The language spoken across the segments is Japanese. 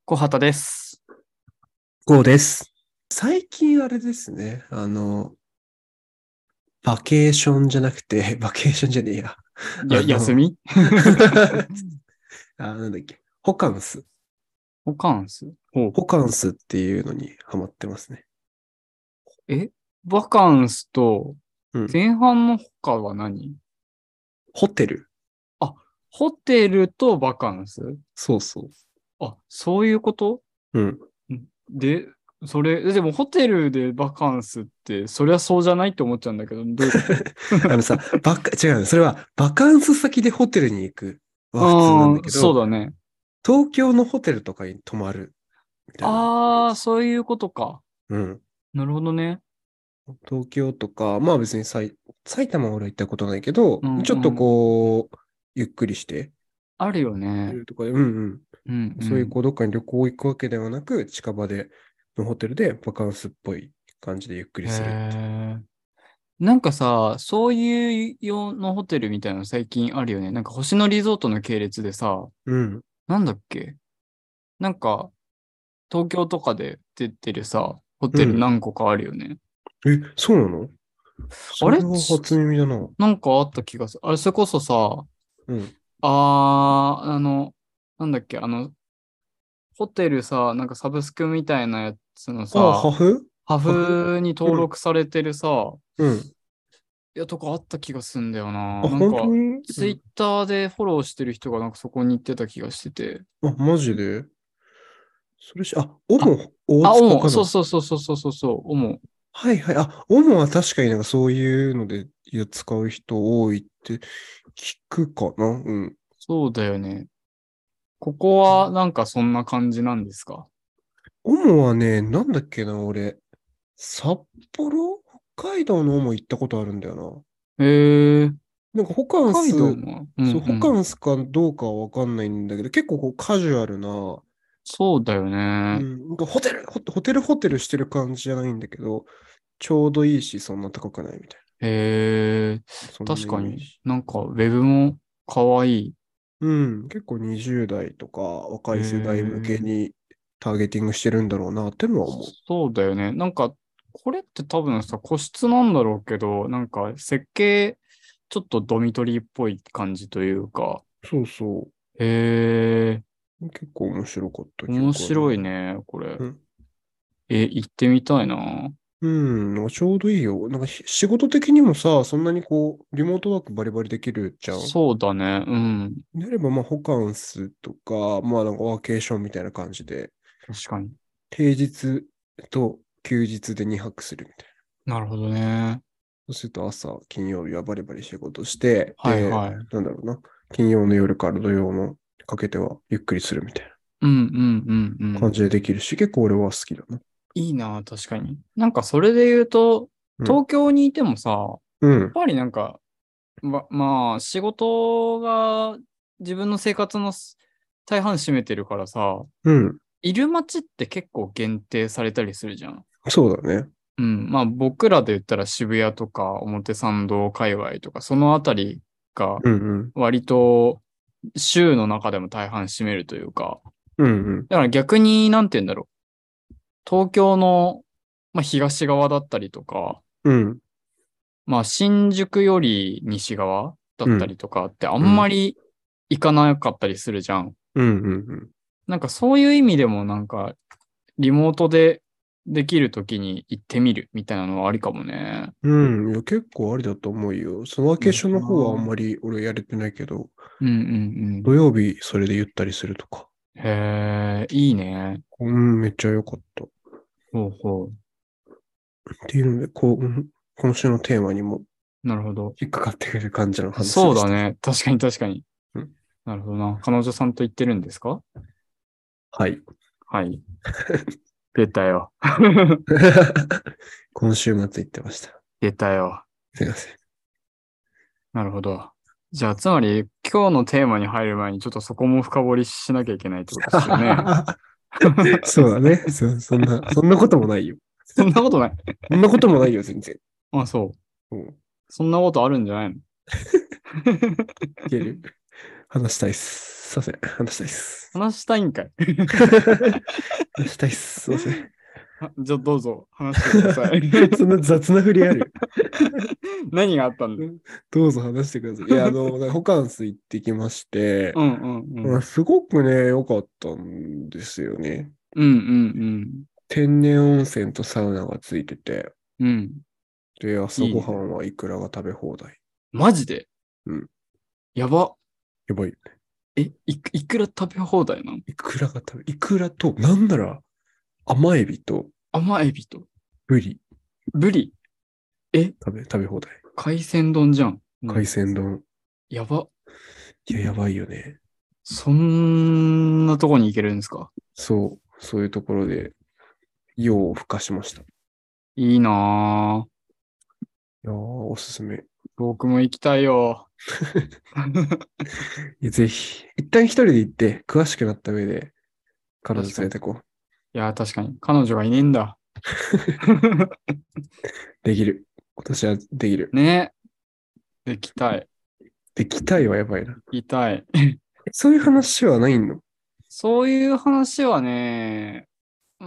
小畑です。 こうです。最近あれですね。バケーションじゃなくて、バケーションじゃねえや。 休みなんだっけ。ホカンス。 ホカンス。ほう。 ホカンスっていうのにハマってますね。 えバカンスとうん。 前半の他は何？ ホテル。 あ、ホテルとバカンス。 そうそあ、そういうこと？ う。うん。 で、でもホテルでバカンスって、そりゃそうじゃないって思っちゃうんだけど、どういうこと？ さ、違うの。それはバカンス先でホテルに行くは普通なんだうん、 けど、 そうだね。 東京のホテルとかに泊まるみたいなイメーああ、 ジ。 そういうことか。 うん。 なるほどね。 東京とか、まあ別に埼玉は俺は行ったことないけど、 うんちょっとうん。 ゆっくりして、 あるよね。 とかで、うんうんうん。そういううん。 どっかに旅行行くわけではなく、近場でのホテルでバカンスっぽい感じでゆっくりへするっていう。 え。なんかさ、そういう用のホテルみたいなの最近あるよね。なんか星野リゾートの系列でさ、 うん。 なんだっけ？なんか東京とかで出てるさ、ホテルうん。 何個かあるよね。 そうなの？ あれそれは初耳だな。 なんかあった気がする。あれ、それこそさ、 うん。 なんだっけ、ホテルさ、なんかサブスクみたいなやつのあ、 さ、 ハフハハフフに登うん。 録されてるさ、 うん。 とかあった気がすんだよな。 あ、 なんか、 本当にうん。 ツイッターでフォローしてる人がなんかそこに行ってた気がしてて。 あ、マジで？ あ、 大オモ、そう塚かな？ そうそうそうそうそうそう、オモ。 はいはい。オモは確かになんかそういうので使う人多いって聞くかな。うん。 そうだよね。ここはなんかそんな感じなんですか？ オモはね、なんだっけな、俺。札幌北海道のオモ行ったことあるんだよへえ、 な。なんかホカン北海道ス、 も、うんうそう、ホカん。 ンスかどうかはわかんないんだけど、結構カジュアルな、 そうだよね。 うん、なんかホテルしてる感じじゃないんだけど、ちょうどいいし、そんな高くないみたいへえ、 な。そんな確かにイメージ。 なんかウェブもかわいい。 うん、結構20代とか若へい世代向けえ、 にターゲティングしてるんだろうなってのは思う。 そうだよね。なんか、これって多分さ、個室なんだろうけど、なんか設計、ちょっとドミトリーっぽい感じというか、 そうそへえ、 う。結構面白かった記面憶あるな。 白いね、これ。 うん。 行ってみたいな。 うん、なんかちょうどいいよ。なんか仕事的にもさ、そんなにリモートワークバリバリできるじゃん。 そうだね、うん。 であれば、まあ、ホカンスとか、まあ、なんかワーケーションみたいな感じで、 確かに。 平日と休日で2泊するみたいな。 なるほどね。 そうすると朝、金曜日はバリバリ仕事して、で、 はいはい。 なんだろうな。金曜の夜から土曜のかけてはゆっくりするみたいなうんうんうんうん。 感じでできるし、結構俺は好きだな。 いいな、確かに。なんかそれで言うと、 うん。 東京にいてもさ、やっうん。 ぱりなんか、まあ、仕事が自分の生活の大半占めてるからさ、 うん。 いる街って結構限定されたりするじゃん。 そうだね。 うん。まあ僕らで言ったら渋谷とか表参道界隈とか、そのあたりがうんうん。 割と州の中でも大半占めるというか、 うんうん。 だから逆になんて言うんだろう。東京の、まあ、東側だったりとか、 うん。 まあ新宿より西側だったうん。 りとかってあうん。 んまり行かなかったりするじゃん。 うん。うん。 なんかそういう意味でもなんかリモートでできるときに行ってみるみたいなのはありかもね。 うん。いや、結構ありだと思うよ。そのワーケーなるションの方はあんほどな。 まり俺やれてないけど、 うんうん土曜日それでゆったりするとか。 うん。へえ、いいね。 うん、めっちゃ良かった。っほうほう。 ていうので、今週のテーマにもなるほど。 引っかかってくる感じの話でした。 そうだね。確かに確かに。 うん、 なるほどな。彼女さんと言ってるんですか？ はい。 はい。出たよ。 今週末行ってました。 出たよ。 すいません。 なるほど。じゃあ、つまり、今日のテーマに入る前に、ちょっとそこも深掘りしなきゃいけないってことですよね。 そうだね。そんなこともないよ。 そんなことない。 そんなこともないよ、全然。 あ、そう。 うん、いそんなことあるんじゃないの？ ける。 話したいっす。すいません。話したいっす。 話したいんかい。 話したいっす。すいません。 じゃあどうぞ話してください。 そんな雑な振りある。 何があったんだ。 どうぞ話してください。いや、ホカンス行ってきまして、 うんうんうん。 すごくね、良かったんですよね。 うんうん天然温泉とサウナがついてて、 うん。うん。 で、朝ごはいいね。 んはいくらが食べ放題。 マジでうん。 やば。 やばいよね。 いくら食べ放題なの？ いくらがいくらと、なんなら甘エビと甘エビとブリブリ。 食べ放題。 海鮮丼じゃん。も海う、 鮮丼。 やば。 いや、やばいよね。 そんなとこに行けるんですか？ そういうところで、夜を更かしました。いいいなぁ。 やー、おすすめ。 僕も行きたいよ。 いやぜひ、一旦一人で行って、詳しくなった上で、彼女確かに。い連れてこう。 や、確かに。彼女がいねえんだ。 できる。今年はできる。 ね。行きたい。 できたいはやばいな。 行きたい。 そういう話はないの？ そういう話はね、う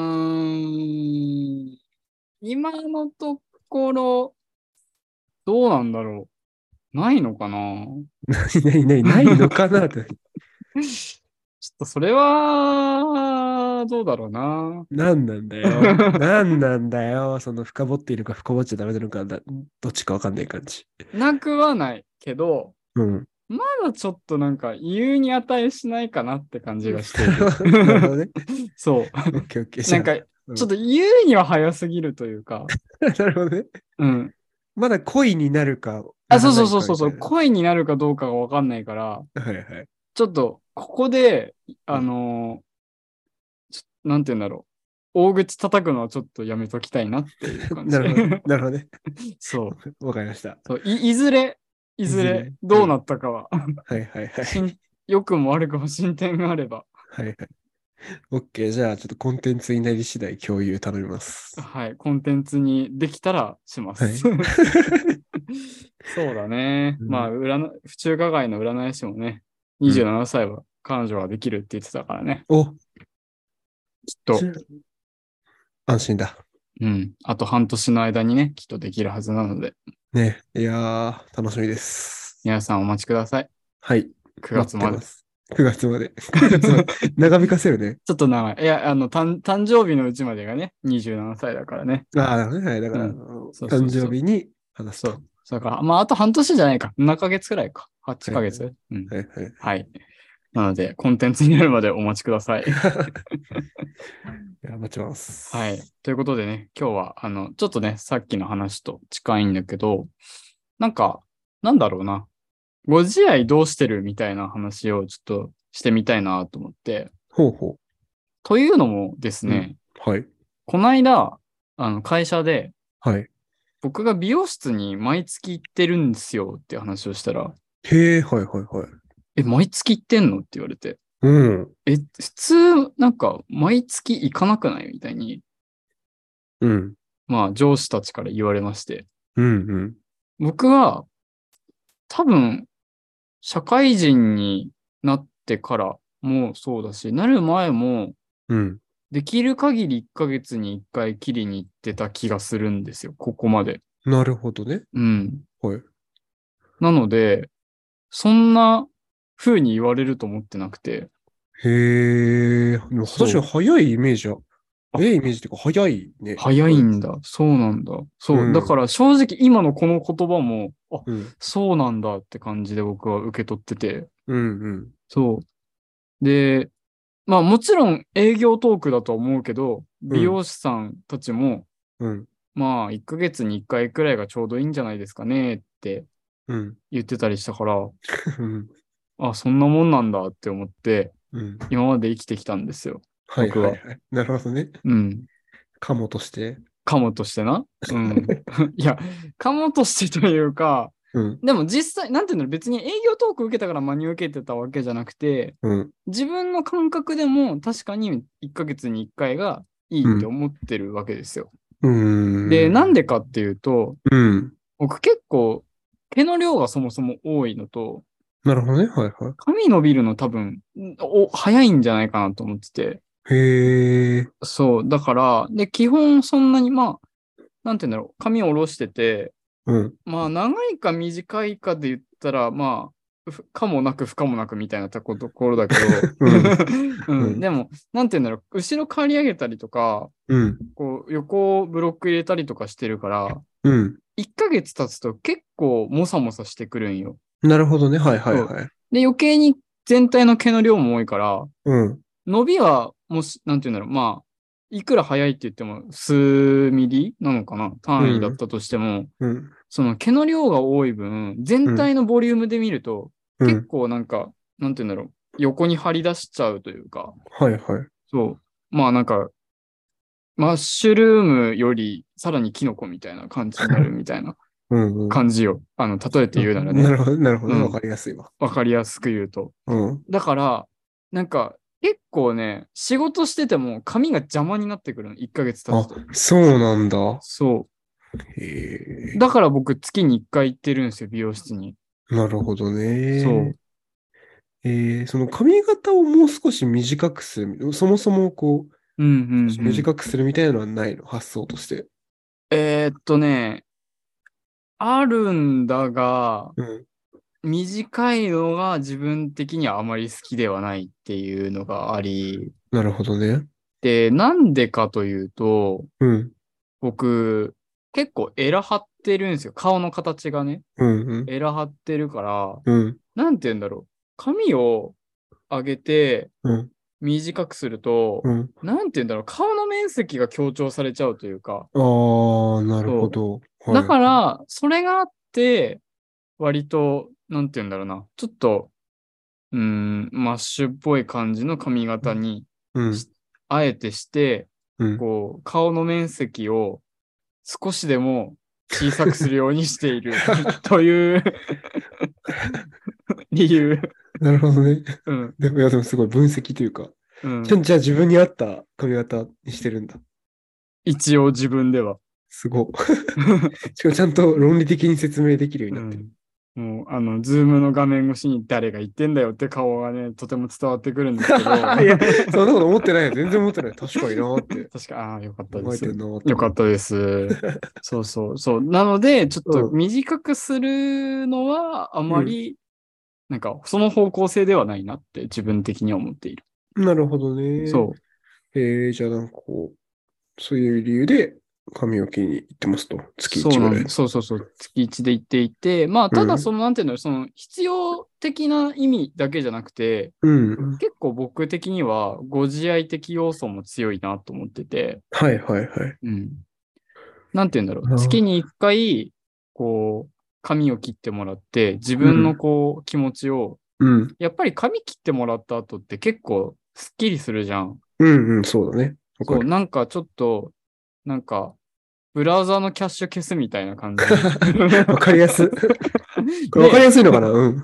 ーん、今のところ、どうなんだろう。ないのかな？ ないのかなって。 ちょっとそれは、どうだろうな。 なんなんだよ。なんなんだよ。その深掘っているか深掘っちゃダメなのかどっちかわかんない感じ。 なくはないけど、 うん。 まだちょっとなんか言うに値しないかなって感じがしている。 なるほどね。 そオッケーオッケー。 う。なんか、ちょっと言うには早すぎるというか、 なるほどね。 うん。 まだ恋になるかあ、そうならないそうそうそうそう、 かみたいな。 恋になるかどうかがわかんないから、 はいはい。 ちょっと、ここで、 うん、 なんて言うんだろう。大口叩くのはちょっとやめときたいなっていう感じ。 なるほどね。なるほどね。 そう。 わかりました。 そう、いずれ、 いずれ。 どうなったかは、 はいはいはい。 良くも悪くも進展があれば、 はいはい。オッケー。じゃあ、ちょっとコンテンツになり次第共有頼みます。 はい、コンテンツにできたらします。 はい。 そうだね。まあ、 うん、 府中華街の占い師もね、 うん。 27歳は彼女はできるって言ってたからね。 お、 きっと、 安心だ。 うん。あと半年の間にね、きっとできるはずなので、 ね。いやー、楽しみです。 皆さんお待ちください。 はい。 9 待っ月まで。 てます。9月まで。9月まで。長引かせるね。 ちょっと長い。いや、誕生日のうちまでがね、27歳だからね。 ああ、なるほどね。はい。だから、 うん。そうそ誕うそう。 生日に話すと。 そう。だから、まあ、あと半年じゃないか。7ヶ月くらいか。8 はいはい。 ヶ月。うん。 はいはい。 はい。なので、コンテンツになるまでお待ちください。 いや、待ちまはい。 す。 ということでね、今日は、ちょっとね、さっきの話と近いんだけど、なんか、なんだろうな。ご自愛どうしてるみたいな話をちょっとしてみたいなと思って。 ほうほというのもですう。うん。 ね、 はい。 この間、会社で、 はい。 僕が美容室に毎月行ってるんですよっていう話をしたら、 へえ、はいはいはい。 毎月行ってんのって言われて、 うん。 普通、なんか、毎月行かなくないみたいに、 うん。 まあ、上司たちから言われまして、 うん。 僕は、多分、社会人になってからもそうだし、なる前も、 うん。 できる限り1ヶ月に1回切りに行ってた気がするんですよ、ここまで。 なるほどね。 うん。 はい。 なので、そんな風に言われると思ってなくて、 へえ、でも確かにそう。 早いイメージは、 あ、 早いイメージっていうか早いね。 早いはい。 んだ。そうなんだ。そう。だかうん。 ら正直今のこの言葉も、 うん。 そうなんだって感じで僕は受け取ってて。 うん。うん。 そう。で、まあもちろん営業トークだとは思うけど、美うん。 容師さんたちも、 うん。 まあ1ヶ月に1回くらいがちょうどいいんじゃないですかねってうん。 言ってたりしたから、 うん。 あ、そんなもんなんだって思って、 うん。 今まで生きてきたんですよ。 はい僕は。 はいはい。なるほどね。 うん。 カモとして。 カモとしてな。うん。いや、カモとしてというか、 うん。 でも実際、なんていうの、別に営業トーク受けたから真に受けてたわけじゃなくて、 うん。 自分の感覚でも確かに1ヶ月に1回がいいってうん。 思ってるわけですよ。 うーで、なんん。 でかっていうと、 うん。 僕結構毛の量がそもそも多いのと、 なるほどね。はいは髪伸びるの多分、早いんじゃないかなと思ってて。 い。へえ。 そう。だから、で、基本そんなに、まあ、なんて言うんだろう。髪を下ろしてて、 うん。 まあ、長いか短いかで言ったら、まあ、かもなく不可もなくみたいなところだけど、 うん。 うん、 うん。 でも、なんて言うんだろう。後ろ刈り上げたりとか、 うん。 こう、横をブロック入れたりとかしてるから、 うん。 1ヶ月経つと結構モサモサしてくるんよ。 なるほどね。はいはいそう。 はい。 で、余計に全体の毛の量も多いから、 うん。 伸びは、もし、なんて言うんだろう。まあ、いくら早いって言っても、数ミリなのかな単位だっうん。 たとしても、 うん。 その毛の量が多い分、全うん。 体のボリュームで見ると、結うん。 構なんか、なんて言うんだろう。横に張り出しちゃうというか、 はいはい。 そう。まあなんか、マッシュルームよりさらにキノコみたいな感じになるみたいなうんうん。 感じよ。例えて言うならね。 なるほど、なるほどね。わうん。 かりやすいわ。 わかりやすく言うと。 うん。 だから、なんか、結構ね、仕事してても髪が邪魔になってくるの。1ヶ月経つあ、 と。 そうなんだ。 そへう。 え。 だから僕、月に1回行ってるんですよ、美容室に。 なるほどね。 そう。 その髪型をもう少し短くする。そもそもこう、 うん、うん、 少しうん。 短くするみたいなのはないの、発想として。 ね、あるんだが、 うん。 短いのが自分的にはあまり好きではないっていうのがあり、 なるほどね。 で、なんでかというと、 うん。 僕、結構エラ張ってるんですよ。顔の形がね。 うん。うん。 エラ張ってるから、 うん。 なんて言うんだろう。髪を上げてうん。 短くすると、 うん。 なんて言うんだろう。顔の面積が強調されちゃうというか、 ああ、なるほそど。 う。だはい。 から、それがあって、割と、なんて言うんだろうな。ちょっと、マッシュっぽい感じの髪型にうん。 し、あえてして、 うん。 こう、顔の面積を少しでも小さくするようにしているという理由。 なるほどね。 うん、 でも、いや、でもすごい分析というか、 うん。 じゃあ自分に合った髪型にしてるんだ。 一応自分では。 すご。しかもちゃんと論理的に説明できるようになってる。 うん。もう、ズームの画面越しに誰が言ってんだよって顔がね、とても伝わってくるんですけど。 いや、そんなこと思ってないよ。全然思ってない。確かになーって確か、ああ、よかったです。 考えてんなーって思って。 よかったです。そうそうそう。なので、ちょっとうん。 短くするのはあうん。 まり、なんか、その方向性ではないなって自分的には思っている。 なるほどね。 そう。 じゃあなんかこう、そういう理由で髪を切りに行ってますと。月1ぐらい。 そうそうそう。月1で行っていて、まあ、 うん。 ただなんていうの、必要的な意味だけじゃなくて、 うん。 結構僕的にはご自愛的要素も強いなと思ってて、 はいはいはい。 うん。なんて言うんだろう。月あに1回、こう、髪を切ってもらって、自分のうん。 こう、気持ちを、 うん。 やっぱり髪切ってもらった後って結構スッキリするじゃん。 うんうん、そうだね。わかそう、 る。 なんかちょっと、なんか、ブラウザーのキャッシュ消すみたいな感じ。 わかりやす。これわかりで、 やすいのかなうん。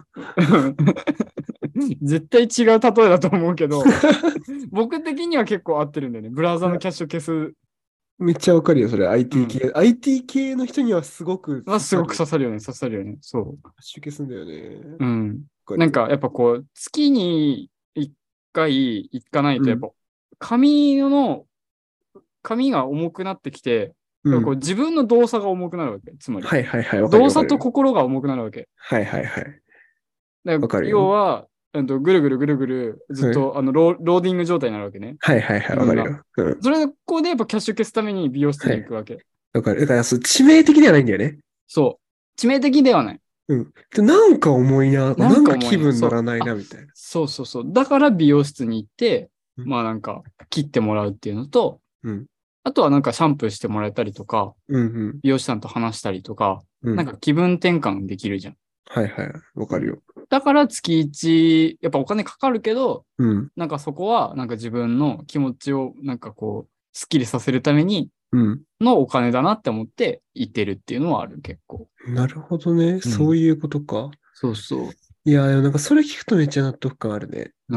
絶対違う例えだと思うけど、僕的には結構合ってるんだよね。ブラウザーのキャッシュ消す。 めっちゃわかるよ、それ。 う IT ん。 系。IT 系の人にはすごくまあ、すごく刺さる。 刺さるよね。刺さるよね。そ集結すんだよね。 う。うん。 わかるよ。 なんか、やっぱこう、月に1回行かないと、やっうん。 ぱ、髪の、髪が重くなってきて、やっぱこううん。 自分の動作が重くなるわけ。つまり。 はいはいはい。わかる動作とよわかるよ。 心が重くなるわけ。 はいはいはい。 だからわかるよ。 要は、ぐるぐるぐるぐる、ずっはい。 とローディング状態になるわけね。 はいはいはい。 自分が。 わかるよ。うん。 それこでやっぱキャッシュ消すために美容室はい。 に行くわけ。 わかる。だから、そう、致命的ではないんだよね。 そう。致命的ではない。 うん。で、なんか重いなとか、 ななんかんか重いね。 気分乗そう。 らないあ、 なみたいな。 そうそうそう。だから美容室に行って、 うん。 まあなんか切ってもらうっていうのと、 うん。 あとはなんかシャンプーしてもらえたりとか、 うん。 美容師さんと話したりとか、 うん。 なんか気分転換できるじゃん。 はいはい。わうん。 かるよ。 だから月1、やっぱお金かかるけど、 うん。 なんかそこはなんか自分の気持ちをなんかこう、スッキリさせるためにうん。 のお金だなって思って行ってるっていうのはある、結構。 なるほどね。 うん。 そういうことか。 そうそいやー、でもなんかそれ聞くとめっちゃ納得感あるね。 う。うん。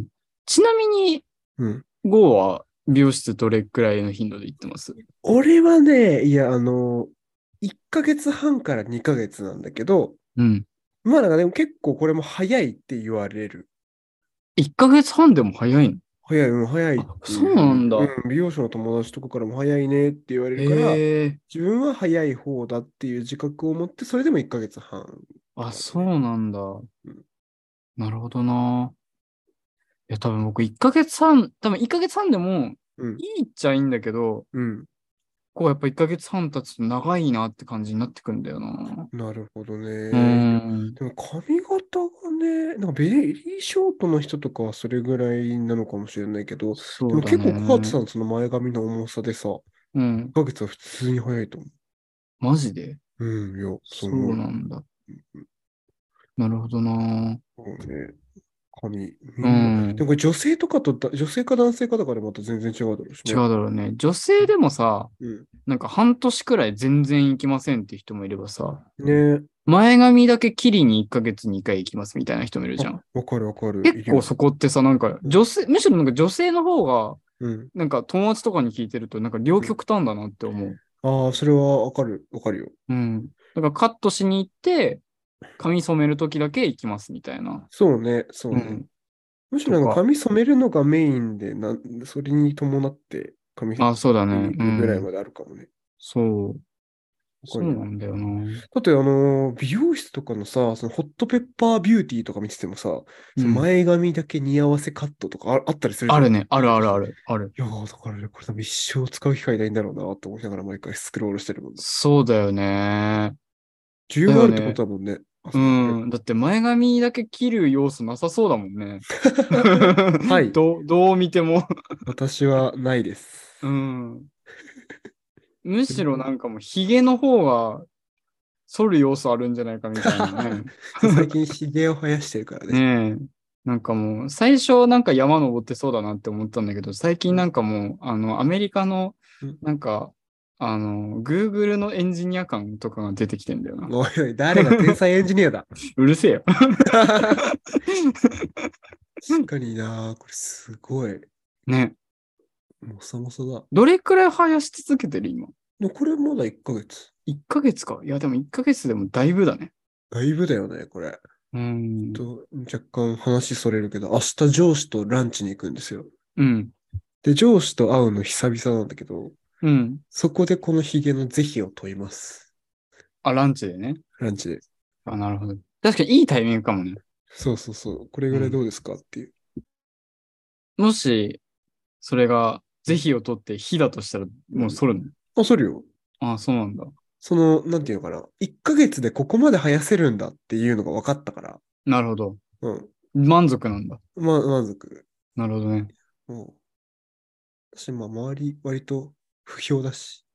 ちなみに、 うん。 ゴーは美容室どれくらいの頻度で行ってます？ 俺はね、いや、1ヶ月半から2ヶ月なんだけど、 うん。 まあなんかでも結構これも早いって言われる。 1ヶ月半でも早いの？ 早い、早いっあ、 てそうないう、 んだ。 美容師の友達とかからも早いねって言われるから、 へえ。 自分は早い方だっていう自覚を持って、それでも1ヶ月半とあ、 かだね。 そうなんだ。 うん。 なるほどな。いや、多分僕1ヶ月半、多分1ヶ月半でもうん。 いいっちゃいいんだけど、 うん。 こうやっぱ1ヶ月半経つと長いなって感じになってくんだよな。 なるほどうーね。いや、 ん。 でも髪型がね、なんかベリーショートの人とかはそれぐらいなのかもしれないけど、でそうだも結構カーツね。 さんその前髪の重さでさ、1 うん。 ヶ月は普通に早いと思マジで？ う。うん、いや、そうそう思うよ。 なんだ。 うんなるほどな。 そうね。髪、みうんな。でもん。 これ女性とかと女性か男性かだからまた全然違うだろうし違ね。 うだろうね。女性でもさ、 うん。 なんか半年くらい全然行きませんって人もいればさ、 ね。 前髪だけ切りに1ヶ月に1回行きますみたいな人もいるじゃあ、 ん。 わかるわかる。いるよね。 結構そこってさ、なんかうん。 女性、むしろなんか女性の方が、 うん。 なんか友達とかに聞いてると、なんか両うん。 極端だなって思う。 ああ、それはわかる。わかるよ。 うん。だからカットしに行って、髪染めるときだけ行きますみたいな。 そうね。そうね。 うん。 むしろなんかとか。 髪染めるのがメインで、それに伴って髪あ、そうだね。 に行うん。 くぐらいまであるかもね。 そう。そうわかるよ。 なんだよな。 だって美容室とかのさ、そのホットペッパービューティーとか見ててもさ、そのうん。 前髪だけ似合わせカットとかあったりするじゃん。いあるね。あるあるある。ある。 やー、だからね、これ多分一生使う機会ないんだろうなと思いながら毎回スクロールしてるもんな。 そうだよね。 需要があるってこだよね。 とだもんね。あうそこにあれば。 ん。だって前髪だけ切る要素なさそうだもんね。 はい。 どう見ても。 私はないです。 うん。むしろ全然。 なんかもうヒゲの方が反る要素あるんじゃないかみたいなね。 そう最近ヒゲを生やしてるからね。 ねえ。なんかもう、最初なんか山登ってそうだなって思ったんだけど、最近なうん。 んかもう、アメリカの、 うん。 なんか、Google のエンジニア感とかが出てきてんだよな。 おいおい、誰が天才エンジニアだ。 うるせえよ。 確かにな、これすごい。 ね。 もさもさだ。 どれくらい生やし続けてる今？ でもこれまだ1ヶ月。 1ヶ月か。いや、でも1ヶ月でもだいぶだね。 だいぶだよね、これ。 うん。 若干話それるけど、明日上司とランチに行くんですよ。 うん。 で、上司と会うの久々なんだけど、 うん。 そこでこのヒゲの是非を問います。 あ、ランチでね。 ランチで。 あ、なるほど。確かにいいタイミングかもね。 そうそうそう。これうん。 ぐらいどうですかっていう。 もし、それが是うん。 非を取って非だとしたら、 うん。 もう剃るの？ あ、それよ。 あ、そうなんだ。 なんていうのかな。1ヶ月でここまで生やせるんだっていうのが分かったから。 なるほど。 うん。 満足なんだ。 満足。 なるほどね。 もう、私、まあ、周り、割と不評だし。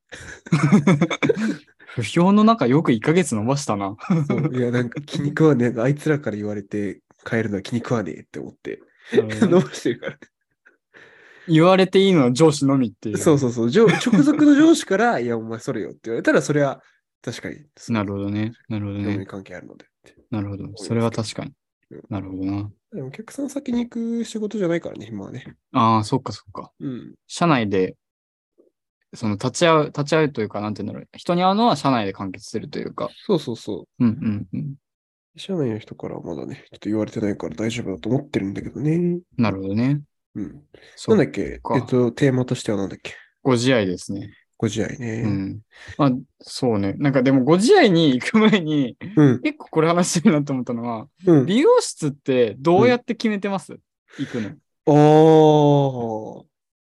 不評の中よく1ヶ月伸ばしたな。 そう。いや、なんか気に食わねえ。あいつらから言われて変えるのは気に食わねえって思って、 なるほど伸ね。 ばしてるから。 言われていいのは上司のみっていう。 そうそうそう。直属の上司から、いや、お前それよって言われたら、それは確かに、 なるほどね。なるほどね。 業務に関係あるのでってなるほど。それ思いますけど。 は確かに。 うん。 なるほどな。 でもお客さん先に行く仕事じゃないからね、今はね。 ああ、そっかそっか。 うん。 社内で、その立ち会うというか、なんて言うんだろう。人に会うのは社内で完結するというか。 そうそうそうんうんうん。 う。社内の人からはまだね、ちょっと言われてないから大丈夫だと思ってるんだけどね。 なるほどね。 うん。 そっなんだっけか。 テーマとしてはなんだっけ？ ご自愛ですね。 ご自愛ね。 うん。まあ、そうね。なんかでも、ご自愛に行く前に、 うん。 結構これ話してるなと思ったのは、 うん。 美容室ってどうん。 うやって決めてます？行くの？ ああ、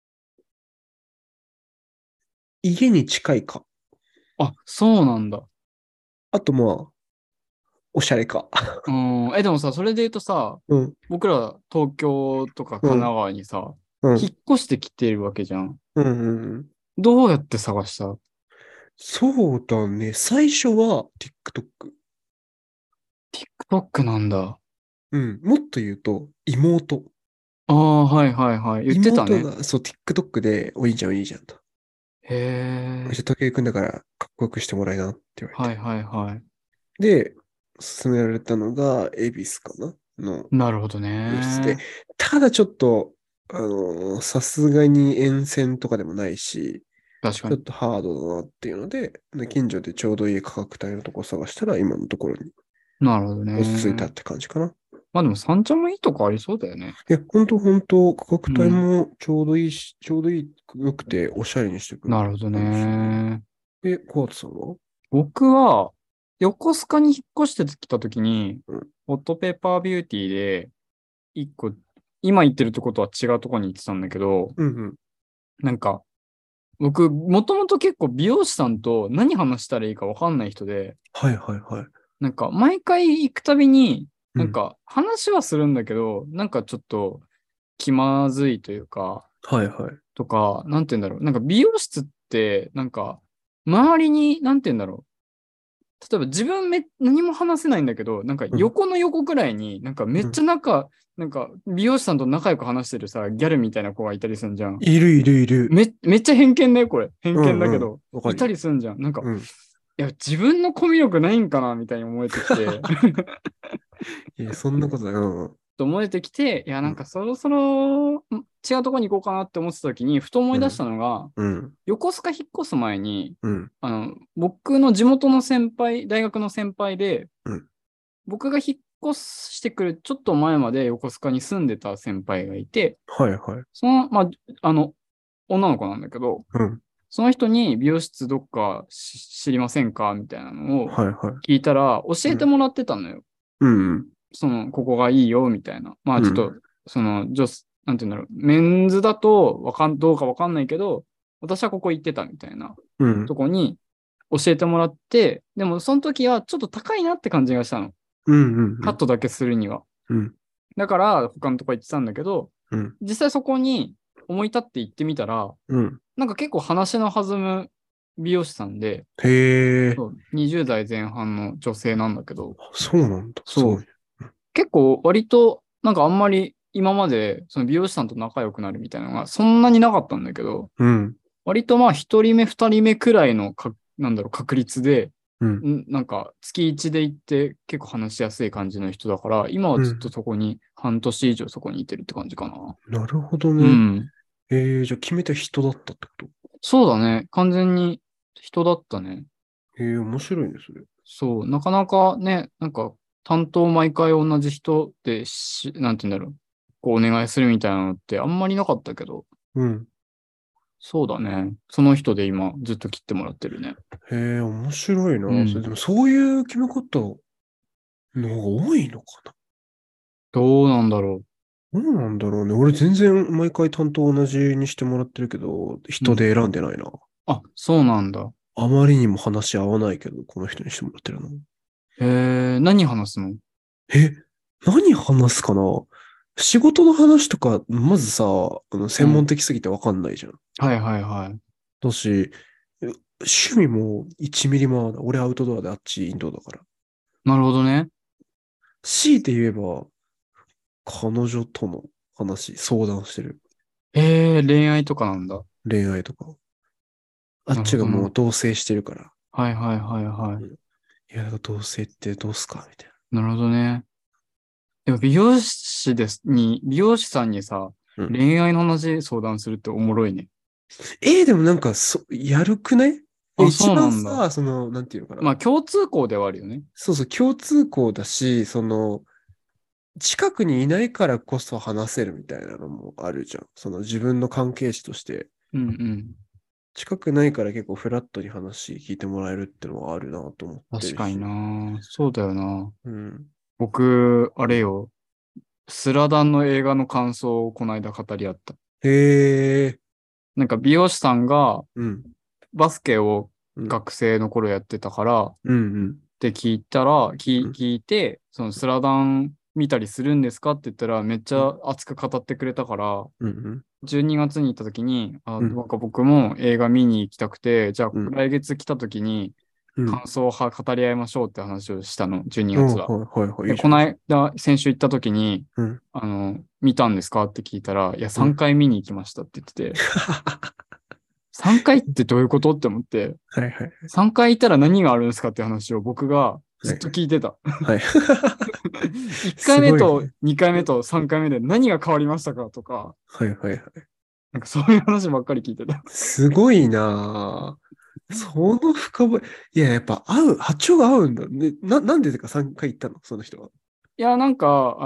家に近いか。 あ、そうなんだ。 あとまあ、おしゃれか。 うん。でもさ、それで言うとさ、 うん。 僕ら東京とかうん。 神奈川にさ、 うん。 引っ越してきてるわけじゃん。 うん。うん。 どうやって探した？ そうだね。最初は TikTok。 TikTok なんだ。 うん。もっと言うと、妹。 ああ、はいはいはい。言ってたね。 妹が、そう、TikTok で、おいいじゃん、いいじゃんと。 へえ。 じゃあ、時計くんだから、かっこよくしてもらいなって言われて。 はいはいはい。 で、勧められたのが、恵比寿かなのなるほど美容室で。 ね。 ただちょっと、さすがに沿線とかでもないし、 確かに。 ちょっとハードだなっていうので、近所でちょうどいい価格帯のところを探したら、今のところに。 なるほど落ち着いたね。 って感じかな。 まあでも三茶もいいとこありそうだよね。 いや、ほんと、価格帯うん。 もちょうどいいし、ちょうどいい、良くて、おしゃれにしてくれるなるほど感じ。 ね。 コアツさんは？ 僕は、横須賀に引っ越してきたときに、 うん。 ホットペッパービューティーで、一個、今行ってるとことは違うとこに行ってたんだけど、 うんうん。 なんか、僕、もともと結構美容師さんと何話したらいいか分かんない人で、 はいはいはい。 なんか、毎回行くたびに、 うん。 話はするんだけど、なんかちょっと気まずいというか、 はいはい。 とか、なんて言うんだろう。なんか美容室って、周りに、なんて言うんだろう。例えば自分何も話せないんだけど、なんかうん。 横の横くらいに、なんかめっうん。 ちゃなんか美容師さんと仲良く話してるさ、ギャルみたいな子がいたりするんじゃん。 いるいるいる。 めっちゃ偏見だよ、これ。偏うんうん。 見だけど。いたわかるよ。 りするんじゃん。 うん。 いや、自分のコミュ力ないんかなみたいに思えてきて。 そんなことない。うんうん。 と思えてきて、いや、 うん。 そろそろ違うとこに行こうかなって思ってた時に、ふと思い出したうん。 のが、 うん。 横須賀引っ越す前に、 うん。 僕の地元の先輩、大学の先輩で、 うん。 僕が引っ越してくるちょっと前まで横須賀に住んでた先輩がいて、 はいはい。 まあ、女の子なんだけど、 うん。 その人に美容室どっか知りませんかみたいなのをはいはい。 聞いたら、教うん。 えてもらってたのよ。 うん。 ここがいいよ、みたいな。まあ、ちょっと、 うん。 なんて言うんだろう。メンズだと、どうかわかんないけど、私はここ行ってたみたいなうん。 とこに教えてもらって、でもその時はちょっと高いなって感じがしたの。 うん。うん。 カットだけするには。 うん。 だから他のとこ行ってたんだけど、 うん。 実際そこに思い立って行ってみたら、 うん。 なんか結構話の弾む美容師さんで、 へえ。 そう20代前半の女性なんだけど、 そうなんだ。すそう、 ごいね。 結構割と、なんかあんまり今までその美容師さんと仲良くなるみたいなのがそんなになかったんだけど、 うん。 割とまあ一人目、二人目くらいの確率で、 うん。 なんか月一で行って結構話しやすい感じの人だから、今はずっとうん。 そこに半年以上そこにいてるって感じかな。 なるほどね。 うん。 じゃあ決めた人だったってこそうだね。完全に人だったね。 と？面白いね、それ。 そう。なかなかね、担当毎回同じ人でなんて言うんだろう。こうお願いするみたいなのってあんまりなかったけど、 うん。 そうだね。その人で今ずっと切ってもらってるね。 面白いな。それうん。 でもそういう決め方の方が多いのかな？ どうなんだろどうなんだろうね。俺全然毎回担当同じにしてもらってるけど、 う。うん。 人で選んでないな。 あ、そうなんだ。 あまりにも話合わないけど、この人にしてもらってるの。 何話すの？ え、何話すかな？仕事の話とか、まずさ、専門うん。 的すぎてわかんないじゃん。 はいはいはい。 だし、趣味も1ミリも合わない。俺アウトドアであっちインドだから。 なるほどね。 強いて言えば、彼女との話、相談してる。 恋愛とかなんだ。 恋愛とか。あっなるほどな。 ちがもう同棲してるから。 はいはいはいはうん。いや、だから同棲ってどうすかみたいい。なるほどね。でも美容師さんにさ、 な。うん。 恋愛の話相談するっておもろいね。 でもなんか、やるくない？ あ、 一そうなんだ。 番さ、なんていうのかな。 まあ共通項ではあるよね。 そうそう、共通項だし、近くにいないからこそ話せるみたいなのもあるじゃん。自分の関係値として、 うんうん。 近くないから結構フラットに話聞いてもらえるってのはあるなと思って確かにるし。 な。そうだよな。 うん。 僕、あうん。 れよ。スラダンの映画の感想をこの間語り合った。 へえ、 なんか美容師さんがうん、 バスケをうん、 学生の頃やってたからっうん、うん、 て聞いたら、 うん、 聞いて、そのスラダン見たりするんですかって言ったら、めっちうん、 ゃ熱く語ってくれたから、 うん、 12月に行った時に、 うん、 なんか僕も映画見に行きたくて、じゃあうん、 来月来た時にうん。 感想を語り合いましょうって話をしたの、12 ああ、 月は。 はい、はい、はい、いで、 いじゃん、いいじ先週行った時に、 ゃん。うん、 見たんですかって聞いたら、いや、3 うん。 回見に行きましたって言ってて、3回ってどういうことって思って、 はい、はい、 3回行ったら何があるんですかって話を僕がずっはい、 と聞いてた。 はい。 1回す目とごいね。 2回目と3回目で何が変わりましたかとか、 はい、はい、はい。 なんかそういう話ばっかり聞いてた。 すごいなぁ。 その深掘り、いや、やっぱ波長が合うんだね。なんでか3回行ったのその人は。 いや、なんか、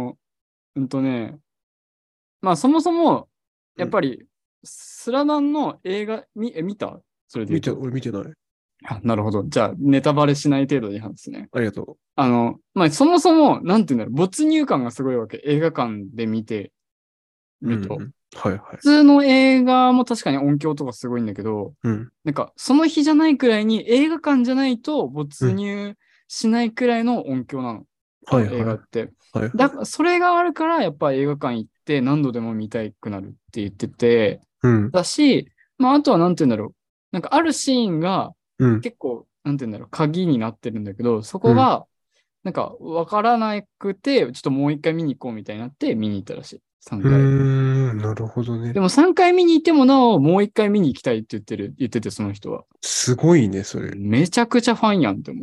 まあそもそも、 うん。 やっぱり、スラダンの映画、見たそれで言うと。 俺見てない。 あ、なるほど。じゃあ、ネタバレしない程度で話すね。 ありがとまあそもそも、なんていうんだろう、没入感がすごいわけ。映画館で見てう。うんると。 うん。はいはい。 普通の映画も確かに音響とかすごいんだけど、 うん。 なんか、その日じゃないくらいに映画館じゃないと没うん。 入しないくらいの音響なの。このはいはい。 映画って。 はいはい。 だから、それがあるから、やっぱ映画館行って何度でも見たくなるって言ってて、 うん。 だし、まあ、あとはなんて言うんだろう。なんかあるシーンがうん。 結構、なんて言うんだろう、鍵になってるんだけど、そうん。 こが、なんかわからなくて、ちょっともう一回見に行こうみたいになって見に行ったらしい。3 うー回。 ん。なるほどね。 でも3回見に行ってもなお、もう一回見に行きたいって言ってて、その人は。 すごいね、それ。 めちゃくちゃファンやんって思って。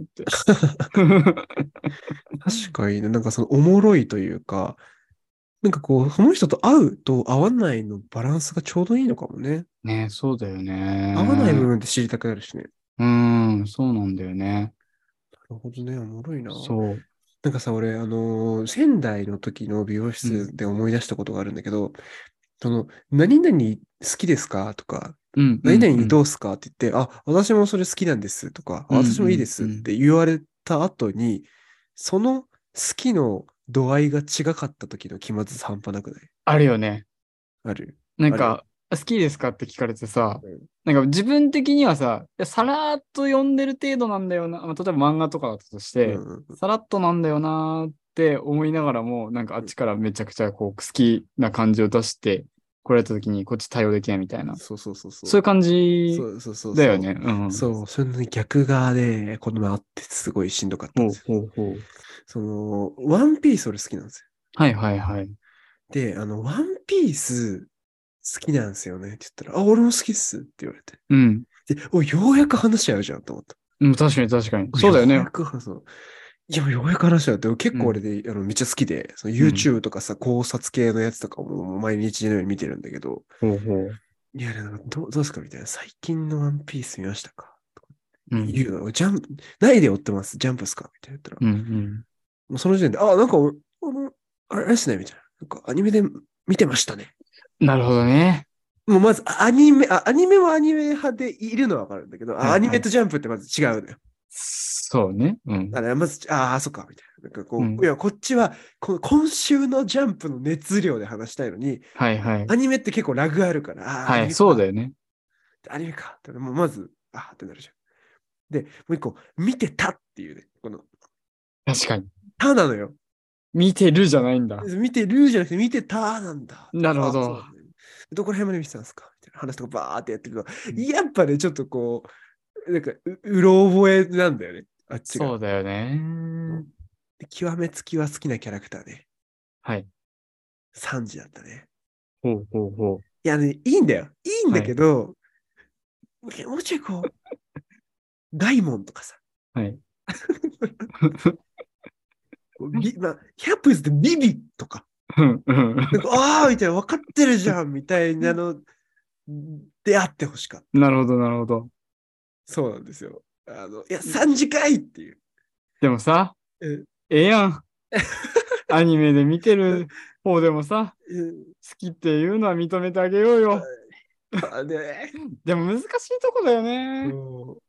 確かにね、なんかそのおもろいというか、なんかこう、その人と会うと会わないのバランスがちょうどいいのかもね。 ねえ、そうだよ会わない部ね。 分って知りたくなるしね。 うそうなんだよね。 なるほどね、おもろいな。 そなんかさ、俺、仙台の時の美容う。うん。 室で思い出したことがあるんだけど、何々好きですかとか、 うん、うん、う何々 ん。 どうすかって言って、あ、私もそれ好きなんですとか、あうん、 私もいいでうん、うん。 すって言われた後に、その好きの度合いが違かった時の気まずさ半端なくない？ あるよね。 あるある。 なんか、好きですかって聞かれてさ、 うん。 なんか自分的にはさ、いやさらっと読んでる程度なんだよな。まあ、例えば漫画とかだったとしうて、 んうんさらっとなんだよなって思いながらも、なんかあっちからめちゃくちゃこう好きな感じを出して来られた時にこっち対応できないみたいな。 そうそうそうそう。 そういう感じそうそうそうそう。 だよね。うん。 そう、それの逆側で、この前あってすごいしんどかったんほうですよ。 ほうほう。 ワンピース俺好きなんですよ。 はいはいはい。 で、ワンピース好きなんですよねって言ったら、あ、俺も好きっすって言われて。 うん。 で、ようやく話し合うじゃんと思った。 うん、確かに確かに。そうだよね。 ようやく、いや、ようやく話し合うって、結うん。 構俺で、めっちゃ好きで、 うん。 YouTube とかさ、考察系のやつとかも毎日のように見てるんだけど、 ほうほう。 いや、なんかどうですかみたいな。最近のワンピース見ましたかうん。 言うの。ジャンプ、ないで追ってます。ジャンプっすかみたいな言ったら、 うん。 もうその時点で、あ、なんかあれですねみたいな。なんかアニメで見てましたね。 うん。なるほどね。 もうまずアニメはアニメ派でいるのはわかるんだけど、アニはいはい。 メとジャンプってまず違うのよ。 そうね。うん。 まず、そっか、みたいな。なんかこう、いうん。 や、こっちは、この今週のジャンプの熱量で話したいのに、 はいはい。 アニメって結構ラグあるから、アはい、 ニメか、 そうだよね。 アニメか、ってもうまず、ってなるじゃん。で、もう一個、見てたっていうね、この、 確かに。 たなのよ。 見てるじゃないんだ。 見てるじゃなくて、見てたなんだ。 なるほど。 そうなんだね。どこら辺まで見てたんですかみたいな話とかバーってやっていくと、やっぱね、ちょっとこう、なんかうろ覚えなんだよね。あっちが。 そうだよそうね。 で極めつきは好きなキャラクターね。 はい。 サンジだったね。 ほうほうほいやね、いいんだよ。いいう。 んだはい。 けど、もうちょいこう、大門とかさ、 はい。 まあ、キャプスでビビとか、 うんうん。 なんか、みたいな、分かってるじゃんみたいなのであってほしかった。 なるほど、なるほど。 そうなんですよ。いや、3時かいっていう。 でもさ、 うんええやん。アニメで見てる方でもさ、 うん好きっていうのは認めてあげようよ。 ね、 でも難しいとこだよね。 そう。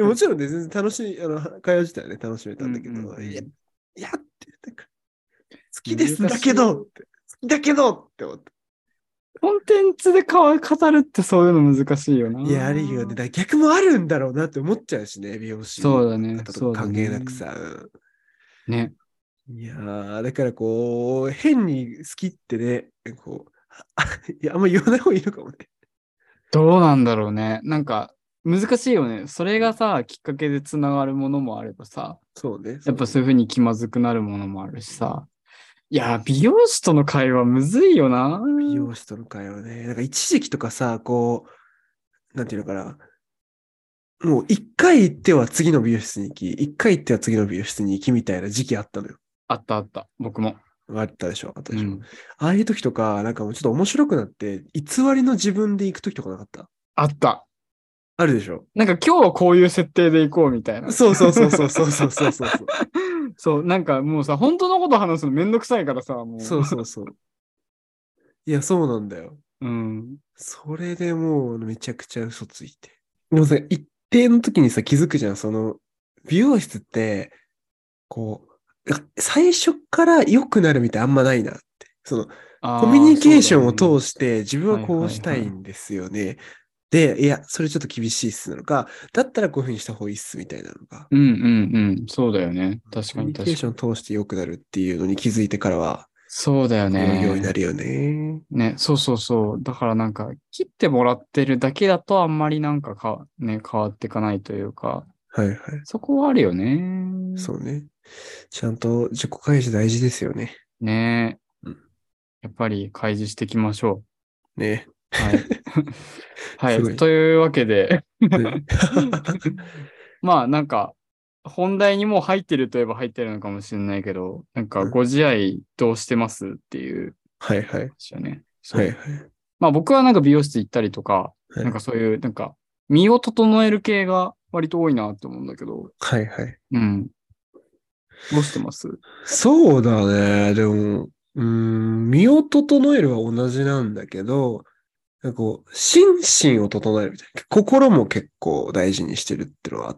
確かに。 もちろんね、全然楽しい、会話自体はね、楽しめうんうたんだけど、 んいやって、なんか、好うん。 きですだけ難しい。 どって、好きだけどって思った。 コンテンツで語るってそういうの難しいよいや、あるよね。 な。 だから逆もあるんだろうなって思っちゃうしね、美容師のそうだね、 方とかそうだ関係なくね。 さ。 ね。 いやだからこう、変に好きってね、こう、いや、あんま言わない方がいいのかもね。 どうなんだろうね。なんか、難しいよね。それがさ、きっかけでつながるものもあればさ、 そうね、 やっそうね。 ぱそういうふうに気まずくなるものもあるしさ。いや、美容師との会話むずいよな。 美容師との会話ね。なんか一時期とかさ、こう、なんていうのかな。もう一回行っては次の美容室に行き、一回行っては次の美容室に行きみたいな時期あったのよ。 あったあった。僕も。 あったでしょ、あったでしょ。 うん。 ああいう時とか、なんかもうちょっと面白くなって、偽りの自分で行く時とかなかった？ あった。 あるでしょ。 なんか今日はこういう設定でいこうみたいな。 そうそうそうそうそうそうそうそう。 そう、なんかもうさ、本当のこと話すのめんどくさいからさ、もそうそうそう。いや、そうなんだよ。 う。うん。 それでもうめちゃくちゃ嘘ついて。でもさ、一定の時にさ、気づくじゃん。美容室って、こ最初から良くなるみたいなあんまないなって。コミュああ、 ニケーそうだションをね。 通して自分ははいこうはいはい。 したいんですよね。で、いや、それちょっと厳しいっすなのか、だったらこういうふうにした方がいいっすみたいなのが、 うんうんうん。そうだよね。確かコミュニケーに確かに。 ションを通して良くなるっていうのに気づいてからは、 そうだよ通うようになね。 るよね。 ね、そうそうそう。だからなんか、切ってもらってるだけだとあんまりなんかね、変わっていかないというか、 はいはい。 そこはあるよね。 そうね。ちゃんと自己開示大事ですよね。 ね、 うん。 やっぱり開示していきましょね。 う。はい。はい。 すごい。 というわけで何まあなんか、本題にもう入ってるといえば入ってるのかもしれないけど、なんかうん。 ご自愛どうしてますっていうはいはい。 話よね。そう。 はいはい。 まあ僕はなんか美容室行ったりとか、 はい。 なんかそういう、なんか身を整える系が割と多いなって思うんだけど、 はいはい。 うん。どうしてます？ そうだね。でも、身を整えるは同じなんだけど、なんか心身を整えるみたいな。心も結構大事にしてるっていうのがあって、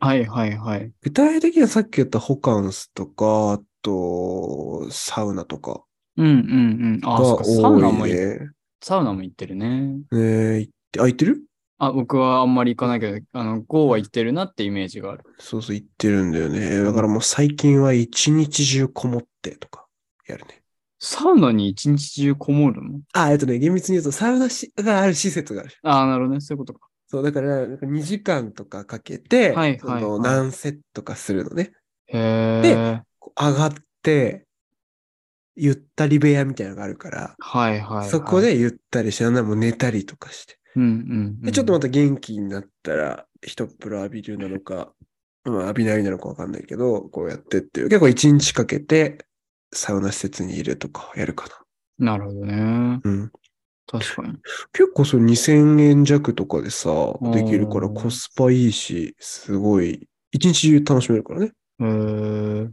はいはいはい。 具体的にはさっき言ったホカンスとか、あと、サウナとかうんうんうん。ああ、そっか、 が多いね。 サウナも行ってるね。 行ってるあ、僕はあんまり行かないけど、ゴーは行ってるなってイメージがある。 そうそう、行ってるんだよね。 うん。 だからもう最近は一日中こもってとか、やるね。 サウナに一日中こもるの？ 厳密に言うと、サウナがある施設がある。 ああー、なるほどね。そういうことか。 そう、だから、なんか2時間とかかけて、 はいはいはい。 何セットかするのね。 へで、 え。 こう上がって、ゆったり部屋みたいなのがあるから、 はいはいはい。 そこでゆったりしながらもう寝たりとかして。 うんうんうで、ちょっとん。 また元気になったら、一風呂浴びるなのか、まあ浴びないなのかわかんないけど、こうやってっていう、結構一日かけて、サウナ施設にいるとかやるかなるほどね。 な。うん。 確かに。 結構2000円弱とかでさ、 おできるからコー。 スパいいし、すごい、一日中楽しめるからね。 へえ。 うん。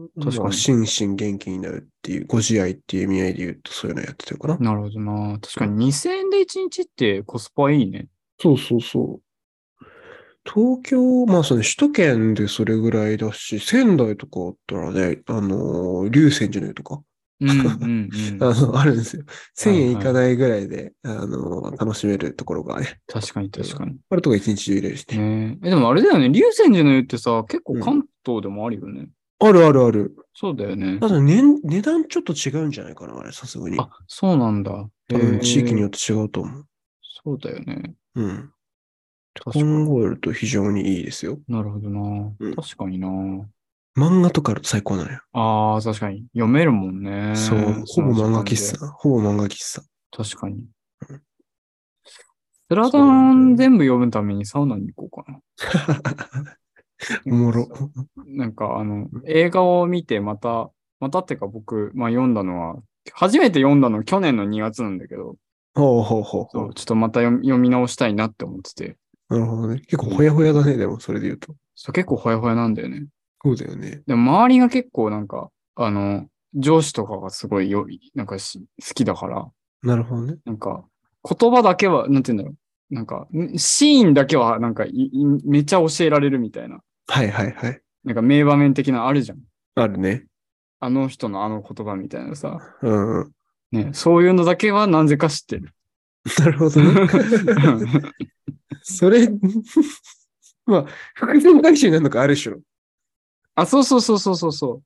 まあ、 確かに。 心身元気になるっていう、ご自愛っていう意味合いで言うと、そういうのやってたかな。 なるほどな。確かにうん。 2000円で1日ってコスパいいね。 そうそうそう。東京、まあそうね、首都圏でそれぐらいだし、仙台とかあったらね、竜泉寺の湯とか、 うんうんうん。 あるんですよ。1000円いはいはい。 かないぐらいで、楽しめるところがね、 確かにうん。 確かに。 あるとか一日中入れるしね。 ねえ。でもあれだよね。竜泉寺の湯ってさ、結構うん。 関東でもあるよね。 あるあるある。 そうだよね。 ただ値段ちょっと違うんじゃないかな、あれ、さすがに。 あ、そうなんだ。へ多分地域にえ。 よって違うと思う。 そうだよね。 うん。って考確かに。 えると非常にいいですよ。 なるほどな。 うん。 確かにな。 漫画とかあると最高なのよ。 ああ、確かに。読めるもんね。 そう、 その時ほぼ漫画間で。 喫茶。ほぼ漫画喫茶。 確かに。 うん。 スラダそうなんだよね。 ン全部読むためにサウナに行こうかな。 おもろ。 なんか映画を見てまたってか僕、まあ読んだのは、初めて読んだの去年の2月なんだけど、 ほうほうほうほそう、ちょっとまた読み直したいなって思ってて、 う。なるほどね。結構ほうん。 やほやだね、でも、それで言うと。 そう、結構ほやほやなんだよね。 そうだよね。 でも周りが結構なんか、上司とかがすごいなんか好きだから、 なるほどね。 なんか、言葉だけは、なんて言うんだろう。なんか、シーンだけは、なんかめっちゃ教えられるみたいな。 はいはいはい。 なんか名場面的なあるじゃん。 あるね。 あの人のあの言葉みたいなさ。 うん。 ね、そういうのだけはなぜか知ってる。 なるほどね。それ、まあ、伏線回収になるのか、ある種の。 あ、そうそうそうそうそうそう。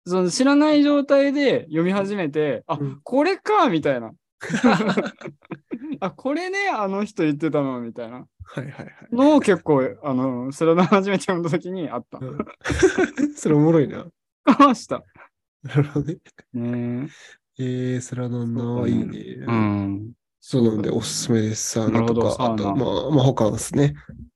その知らない状態で読み始めて、あ、 うん。 これかみたいな。あ、これね、あの人言ってたのみたいなはいはいはい。 のを結構、スラダン初めて読んだ時にあった。 うん。それおもろいな。 ました。 なるほどね。 ねそれはなんな、いいそうだね。うね。 ん。 そうなので、 そうだね。 おすすめです。サウなるほど、 ナとか、あと、 サウナ。 まあ、ホカンスね。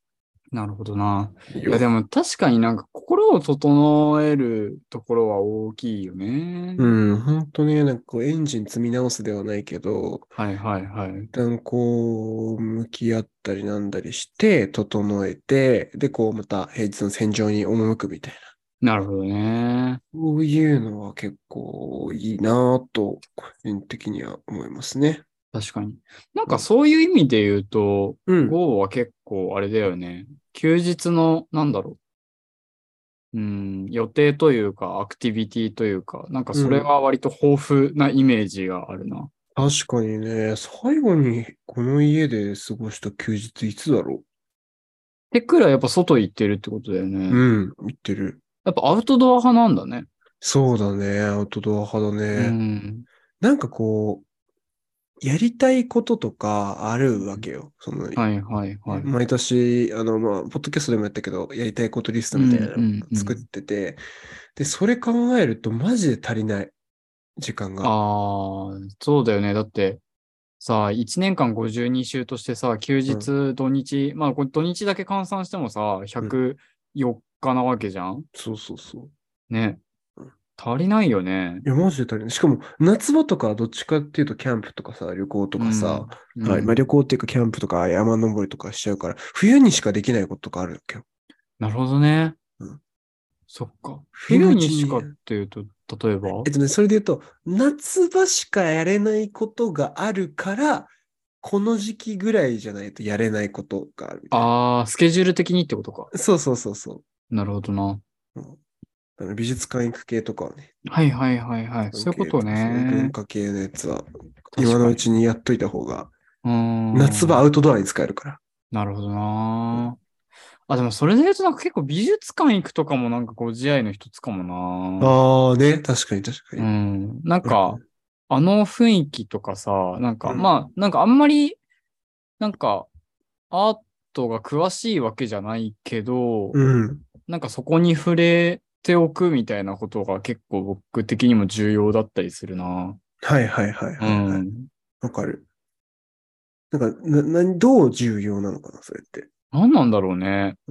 なるほどな。 いいいや、でよ。 も確かになんか心を整えるところは大きいよね。 うん、本当ね、なんかこうエンジン積み直すではないけど、 はいはいはい。 一旦こう、向き合ったりなんだりして、整えて、で、こう、また平日の戦場に赴くみたいな。 なるほどね。 そういうのは結構いいなぁと、個人的には思いますね。 確かに。なんうん。 かそういう意味で言うと、 うん。 GO は結構あれだよね。休日の、なんだろう。予定というか、アクティビティというか、なんかそれうん。 は割と豊富なイメージがあるな。 確かにね、最後にこの家で過ごした休日いつだろてくらいやっぱ外行ってるってことだよう。 ね。 うん、言ってる。 やっぱアウトドア派なんだね。 そうだね、アウトドア派だうね。 ん。 なんかこう、やりたいこととかあるわけよ。 はいはいはい。 毎年、ポッドキャストでもやったけど、やりたいことリストみたいなうんうの作っんうん。 てて、で、それ考えるとマジで足りない、時間が。 ああ、そうだよね。だって、さあ、1年間52週としてさ、休うん、 日、土日、まあ、これ土日だけ換算してもさ、 うん。 104日なわけじゃんそうそうそう。 ね。 うん。 足りないよね。 いや、マジで足りない。しかも、夏場とかはどっちかっていうと、キャンプとかさ、旅行とかさ、 うん。うはい。まあ、 ん。 旅行っていうか、キャンプとか山登りとかしちゃうから、冬にしかできないこととかあるわけよ。 なるほどね。 うん。 そっか。 冬の冬うちに、 にしかっていうと、例えばそれで言うと、夏場しかやれないことがあるから、この時期ぐらいじゃないとやれないことがあるみたいああー、スケジュール的にってことか。 な。そうそうそうそなるほどな。 う。うん。美術館行く系とかはね、 はいはいはいはい。 関そういうこと係とかそういう文ね。 化系のやつは、今のう確かに。 ちにやっといた方が、 うー夏場アん。 ウトドアに使えるから。 なるほどうん。 な。あ、でもそれで言うとなんか結構美術館行くとかもなんかご自愛の一つかもな。 ああね、確かに確かうに。 ん。なんか、 あるかも。 あの雰囲気とかさ、なんか、 うん。 まあ、なんかあんまり、なんか、アートが詳しいわけじゃないけど、 うん。 なんかそこに触れておくみたいなことが結構僕的にも重要だったりするな。 はいはいはいうはいはい。 ん。 わかる。なんか、どう重要なのかな、それって。 何なんだろうね。 うん。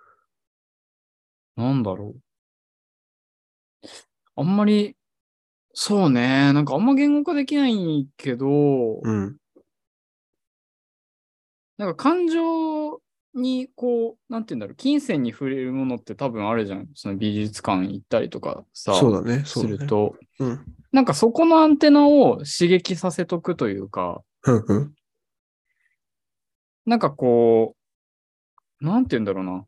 なんだろう。あんまり、そうね。なんかあんま言語化できないけど、 うん。 なんか感情にこう、なんて言うんだろう、金銭に触れるものって多分あるじゃん。その美術館行ったりとかさ、 そうだね、 すそうだね。 ると、 うん。 なんかそこのアンテナを刺激させとくというか、 うんうん。 なんかこう、なんて言うんだろうな。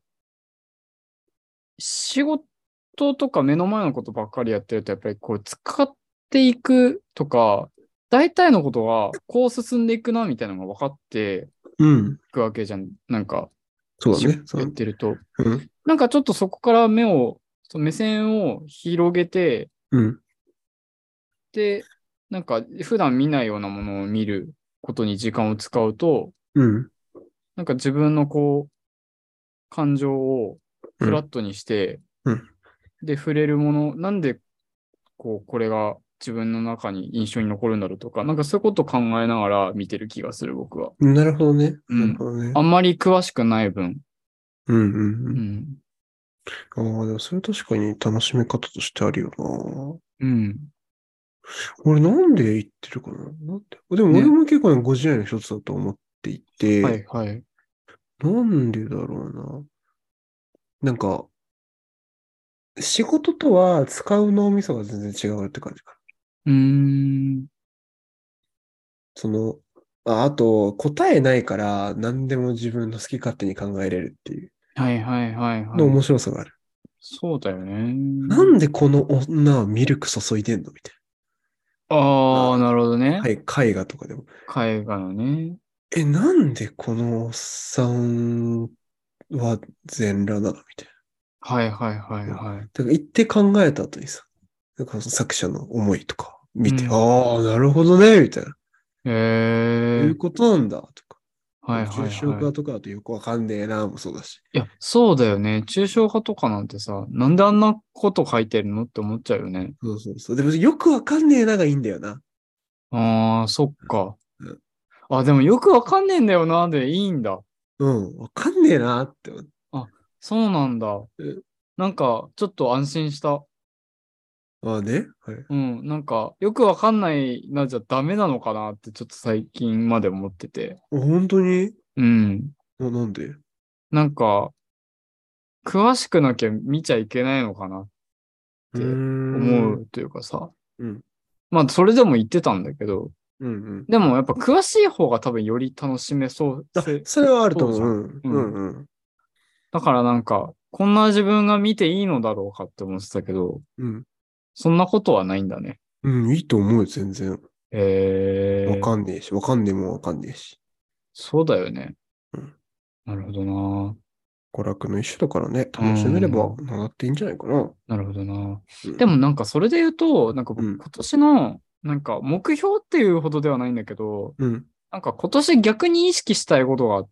仕事とか目の前のことばっかりやってると、やっぱりこう、使っていくとか、大体のことがこう進んでいくな、みたいなのが分かってうん。 いくわけじゃん。なんか、仕事そうだね。 やってると。 うん。 なんかちょっとそこから目線を広げて、 うん。 で、なんか普段見ないようなものを見ることに時間を使うと、 うん。 なんか自分のこう、感情をうん。 フラットにして、 うん。 で、触れるもの、なんでこう、これが自分の中に印象に残るんだろうとか、なんかそういうことを考えながら見てる気がする、僕は。 なるほどね。なるうん。 ほどね。 あんまり詳しくない分。 うんうんうん。 うん。 ああ、でもそれ確かに楽しみ方としてあるようん。 な。俺なんで言ってるかななんででも俺ね。 も結構ね、50代の一つだと思っていて、 はいはい。 なんでだろうな。なんか、仕事とは使う脳みそが全然違うって感じかな。 うーん。 その、あと、答えないから何でも自分の好き勝手に考えれるっていうはいはいはいの面はい。 白さがある。 そうだよね。 なんでこの女はミルク注いでんのみたいな。 ああ、なるほどね。 はい、絵画とかでも。 絵画のね。 なんでこのおっさんは全裸なのみたいはいはいはいな。うん。だはい。 から言って考えた後にさ、なんかその作者の思いとか見て、 うん。 ああ、なるほどね、みたいな。 えそういうえー。 ことなんだ、とか。 はいは抽いはい。 象画とかだとよくわかんねえな、もそうだし。 いや、そうだよね。抽象画とかなんてさ、なんであんなこと書いてるのって思っちゃうよね。 そうそうそう。でもよくわかんねえながいいんだよな。 ああ、そっか。 うん。 あ、でもよくわかんねえんだよな、でいいんだ。 うん、わかんねえなって思って。 あ、そうなんだ。なんか、ちょっと安心した。 ああね。はい。 うん、なんか、よくわかんないな、じゃダメなのかなって、ちょっと最近まで思ってて。 本当にうん。 なんで？ なんか、詳しくなきゃ見ちゃいけないのかなっうーて思ん。 うというかさ。 うん。 まあ、それでも言ってたんだけど、 うんうん。 でもやっぱ詳しい方が多分より楽しめそうあ、それはあるとそうじゃん。 思う。うん。 うん。 うんうん。 だからなんか、こんな自分が見ていいのだろうかって思ってたけど、 うん。 そんなことはないんだね。 うん、いいと思うよ、全然。わえー、 かんねえし、わかんねえもんわかんねえし。 そうだよね。 うん。 なるほどな。 娯楽の一種だからね、 う楽しめれば、 ん。 なっていいんじゃないかな。 なるほどな。 うん。 でもなんかそれで言うと、なんかうん。 僕今年の、なんか目標っていうほどではないんだけど、 うん。 なんか今年逆に意識したいことがあって、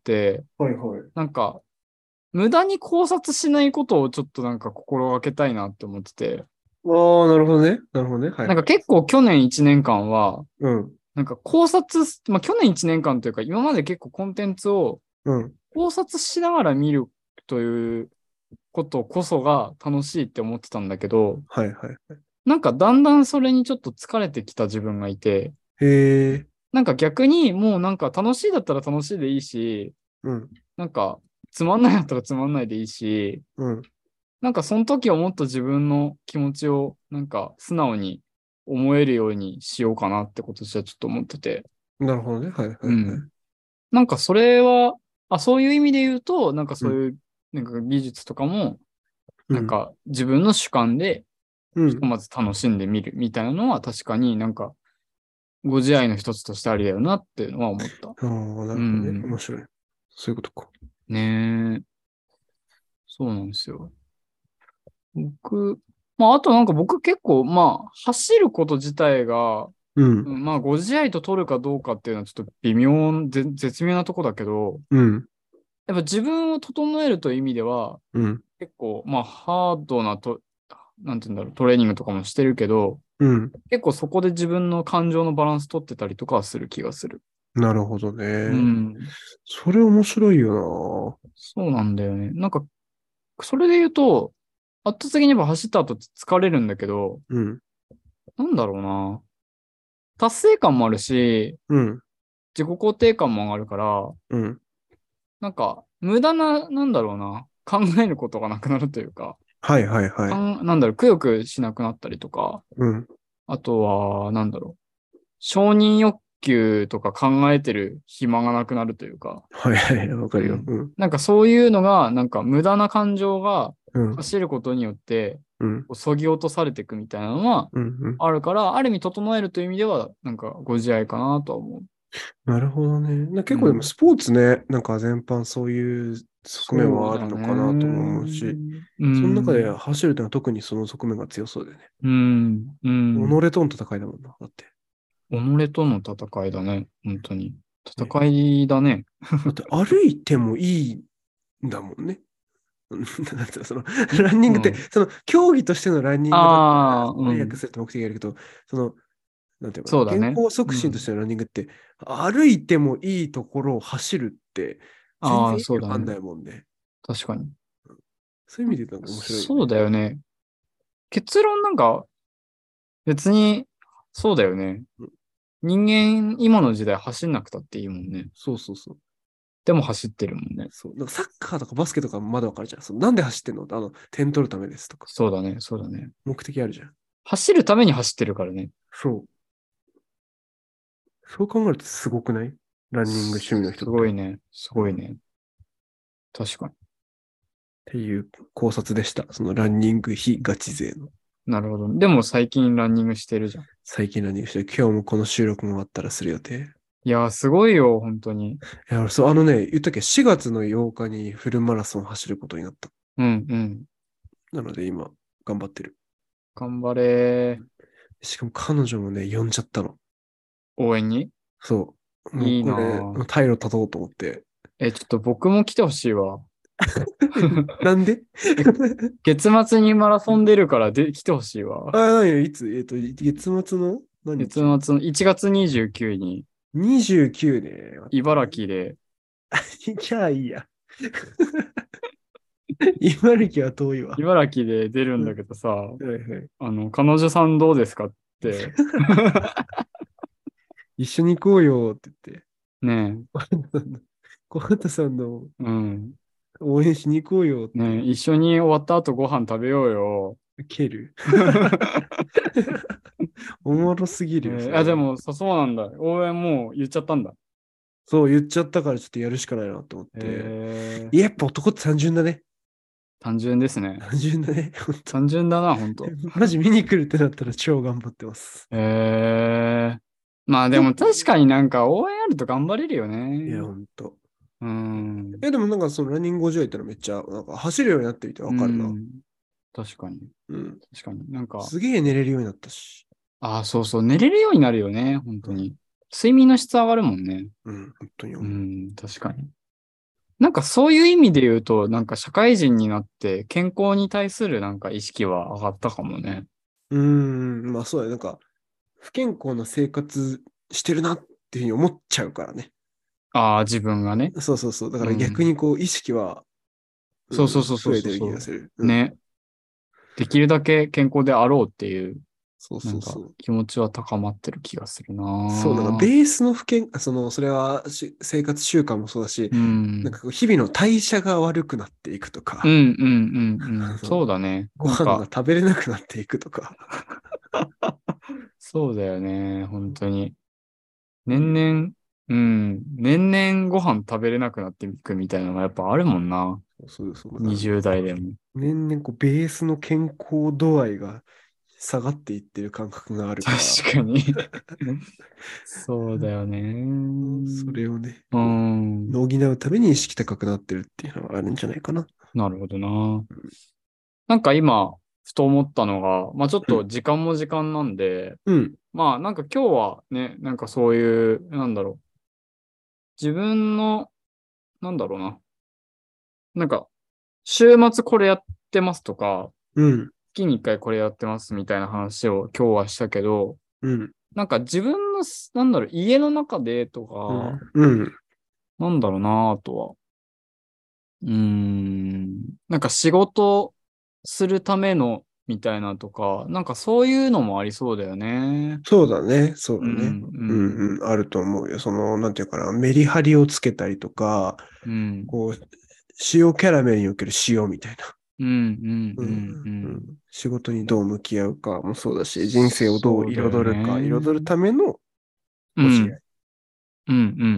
はいはい。 なんか無駄に考察しないことをちょっとなんか心がけたいなって思ってて、 ああ、なるほどね。なるほどね。はいはい。 なんか結構去年1年間は、 うん。 なんか考察、まあ去年1年間というか今まで結構コンテンツをうん。 考察しながら見るということこそが楽しいって思ってたんだけど、 はいはい。 なんかだんだんそれにちょっと疲れてきた自分がいて、 へえ。 なんか逆にもうなんか楽しいだったら楽しいでいいし、 うん。 なんかつまんないだったらつまんないでいいし、 うん。 なんかその時はもっと自分の気持ちをなんか素直に思えるようにしようかなって今年はちょっと思ってて。 なるほどね。はいはいはい。 うん。なんかそれは、そういう意味で言うと、なんかうん。 そういうなんか技術とかも、 うん。 なんか自分の主観でひとうん。 まず楽しんでみるみたいなのは確かになんかご自愛の一つとしてありだよなっていうのは思った。 ああ、なうるほどね。面ん。 白い。そういうことか。 ねえ。そうなんですよ。僕、まあ、あとなんか僕結構、まあ、走ること自体が、 うん。 まあ、ご自愛と取るかどうかっていうのはちょっと微妙、絶妙なとこだけど、 うん。 やっぱ自分を整えるという意味では、 うん。 結構、まあ、ハードななんて言うんだろう、トレーニングとかもしてるけど、 うん。 結構そこで自分の感情のバランス取ってたりとかはする気がする。 なるほどうね。 ん。 それ面白いよそうなんだよね。なんか、それで言うと、圧倒的にやっぱ走った後疲れるんだけど、 な。うん。 なんだろうな。達成感もあるし、 うん。 自己肯定感も上がるから、 うん。 なんか、無駄な、なんだろうな。考えることがなくなるというか、 はいはいはい。 なんだろう、くよくよしなくなったりとか、 うん。 あとは、なんだろう。承認欲求とか考えてる暇がなくなるというか、 はいはい。わかるよ。 うん。 うん。 なんかそういうのが、なんか無駄な感情がうん。 走ることによって、 うん。 こう削ぎ落とされていくみたいなのはうん。うん。 あるから、ある意味整えるという意味では、なんかご自愛かなとは思う。 なるほどね。結構でもうん。 スポーツね、なんか全般そういう側面はあるそうだのかなとも思うね。 し、 うその中でん。 走るってのは特にその側面が強そうでね。 うん。うん。 己との戦いだもんな。だって。 己との戦いだね。本当に。 ね。 戦いだね。 だって歩いてもいいんだもんね。うんなんていうのランニングって、 うん。 競技としてのランニングだったら、 ああ、うん。 速くするって目的があるけど、その、なんていうのかな、 そうだね。 健康促うん。 進としてのランニングって、歩いてもいいところを走るって、全ああ、 然意味そうだね。 わかんないもんね。 確かに。 そういう意味でなんか面白いよそうね。 だよね。結論なんか、別に、そうだよね。 うん。 人間、今の時代走んなくたっていいもんね。 そうそうそう。 でも走ってるもんね。 そう。なんかサッカーとかバスケとかまだわかるじゃん。なんで走ってんの点取るためですとか。 そうだね。そうだね。 目的あるじゃん。 走るために走ってるからね。 そう。そう考えるとすごくない？ランニング趣味の人すって。っごいね。すごいね。確かに。 ていう考察でした。そのランニング非ガチ勢の。 なるほど。でも最近ランニングしてるじゃん。 最近ランニングしてる。今日もこの収録も終わったらする予定。 いやー、すごいよ、本当に。 いや、俺そう、言ったっけ？ 4 月の8日にフルマラソン走ることになった。 うん、うん。 なので今、頑張ってる。 頑張れー。 しかも彼女もね、呼んじゃったの。 応援に。 そう。もういいなこれ、 ー。 退路立とうと思って。 ちょっと僕も来てほしいわ。 なんで？ え月末にマラソン出るから来てほしいわ。 何よ、いつ月末の何月末日？ の1月29日に 29 ね。待って茨ね。 城でじゃあいいや。茨城は遠いわ。 茨城で出るんうんだけどさ、 はいはい。 彼女さんどうですかって。 一緒に行こうよって言って、 ね小畑さんのえ、うん。 応援しに行こうよっねえ、 て、 一緒に終わった後ご飯食べようよ。 蹴る。おもろすぎるよ、それでは。 もそうなんだ。応援もう言っちゃったんだ。 そう言っちゃったからちょっとやるしかないなと思って。 えー、 やっぱ男って単純だね。 単純ですね。 単純だね。本当。 単純だな、ほんと。 マジ見に来るってなったら超頑張ってます。 まあでも確かになんか応援あると頑張れるよいや、 ね。 ほんと。 うん。 でもなんかそのランニング50ってのはめっちゃ、なんか走るようになってみてわうかるな。 ん。確かに。 うん。 確かに。なんか、 すげえ寝れるようになったし。 そうそう、寝れるようになるよね、本当うん。 に。睡眠の質上がるもんね。 うん、本当に思う。 うん、確かに。なんかそういう意味で言うと、なんか社会人になって健康に対するなんか意識は上がったかもね。 まあそうだね。なんか、不健康な生活してるなっていうふうに思っちゃうからね。 自分がね。 そうそうそう。だから逆うん。 にこう、意識は、 そうそうそうそう増えてる気そうそがする。 う。ね。できるだけ健康であろうっていう、 そうなんかそうそう。 気持ちは高まってる気がするそう、なんかベな。 ースのそれは生活習慣もそうだし、 うん。 なんかこう日々の代謝が悪くなっていくとか、 うんうんうんうん。 あのそうだね。 ご飯がなんか、 食べれなくなっていくとか。 そうだよね。本当に。年うん、 々、うん。年々ご飯食べれなくなっていくみたいなのがやっぱあるもんな。 そうそう。だから 20代でも。 年々こうベースの健康度合いが下がっていってる感覚があるから、 確かに。そうだよそね。 れをね、 うこう、 ん。 補うために意識高くなってるっていうのはあるんじゃないかな。 なるほどな。なんか今、ふと思ったのが、まあちょっうん。 と時間も時間なんで、 うん。 まあなんか今日はね、なんかそういう、なんだろう。自分の、なんだろうな。なんか、週末これやってますとか、 うん。 月に一回これやってますみたいな話を今日はしたけど、 うん。 なんか自分の、なんだろう、家の中でとか、 うん。うん。 なんだろうな、あとは。なんか仕事するためのみたいなとか、なんかそういうのもありそうだよね。 そうだね。そううだね。 ん、 うんうん。あると思うよ。なんていうかな、メリハリをつけたりとか、 うん、 こう、塩キャラメルにおける塩みたいな。 うん、うん、 ううん、うん。うん。 ん。仕事にどう向き合うかもそうだし、人生をどうそうだよ彩るか、彩るね。 ためのうん、 ご自愛。 うん、うん、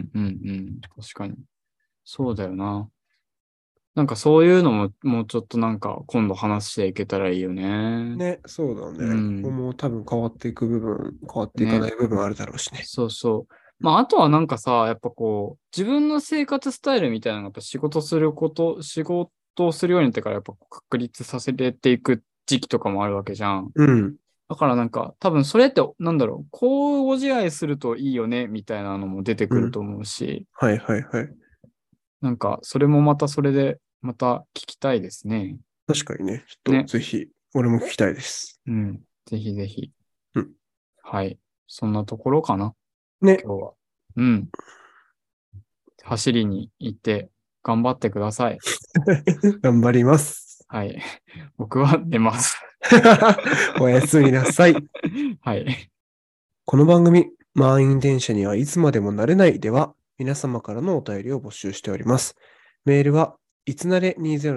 うん、うん。確かに。そうだよな。なんかそういうのも、もうちょっとなんか今度話していけたらいいよね。 ね、そうだうね。ここん。 も多分変わっていく部分、変わっていかなね。 い部分あるだろうしね。 そうそう。まあ、あとはなんかさ、やっぱこう、自分の生活スタイルみたいなのがやっぱ仕事をするようになってからやっぱ確立させていく時期とかもあるわけじゃん。 うん。 だからなんか、多分それって、なんだろう、こうご自愛するといいよね、みたいなのも出てうん。 くると思うし、 はいはいはい。 なんか、それもまたそれで、また聞きたいですね。 確かにね。ちょっとね。 ぜひ、俺も聞きたいです。 うん。ぜひぜひ。 うん。 はい。そんなところかな、 ね。 今日は。うん。走りに行って頑張ってください。 頑張ります。 はい。僕は寝ます。 おやすみなさい。 はい。 この番組、満員電車にはいつまでもなれないでは、皆様からのお便りを募集しております。メールは、いつなれ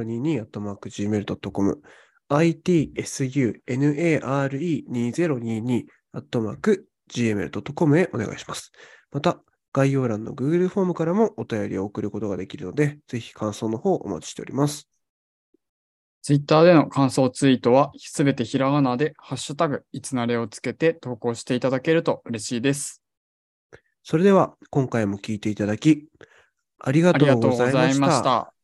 2022-gmail.com、itsunare2022-gmail.com へお願いします。また、概要欄の Google フォームからもお便りを送ることができるので、ぜひ感想の方お待ちしております。 ツイッターでの感想ツイートはすべてひらがなでハッシュタグいつなれをつけて投稿していただけると嬉しいです。 それでは、今回も聞いていただき、ありがありがとうございとうございました。 ました。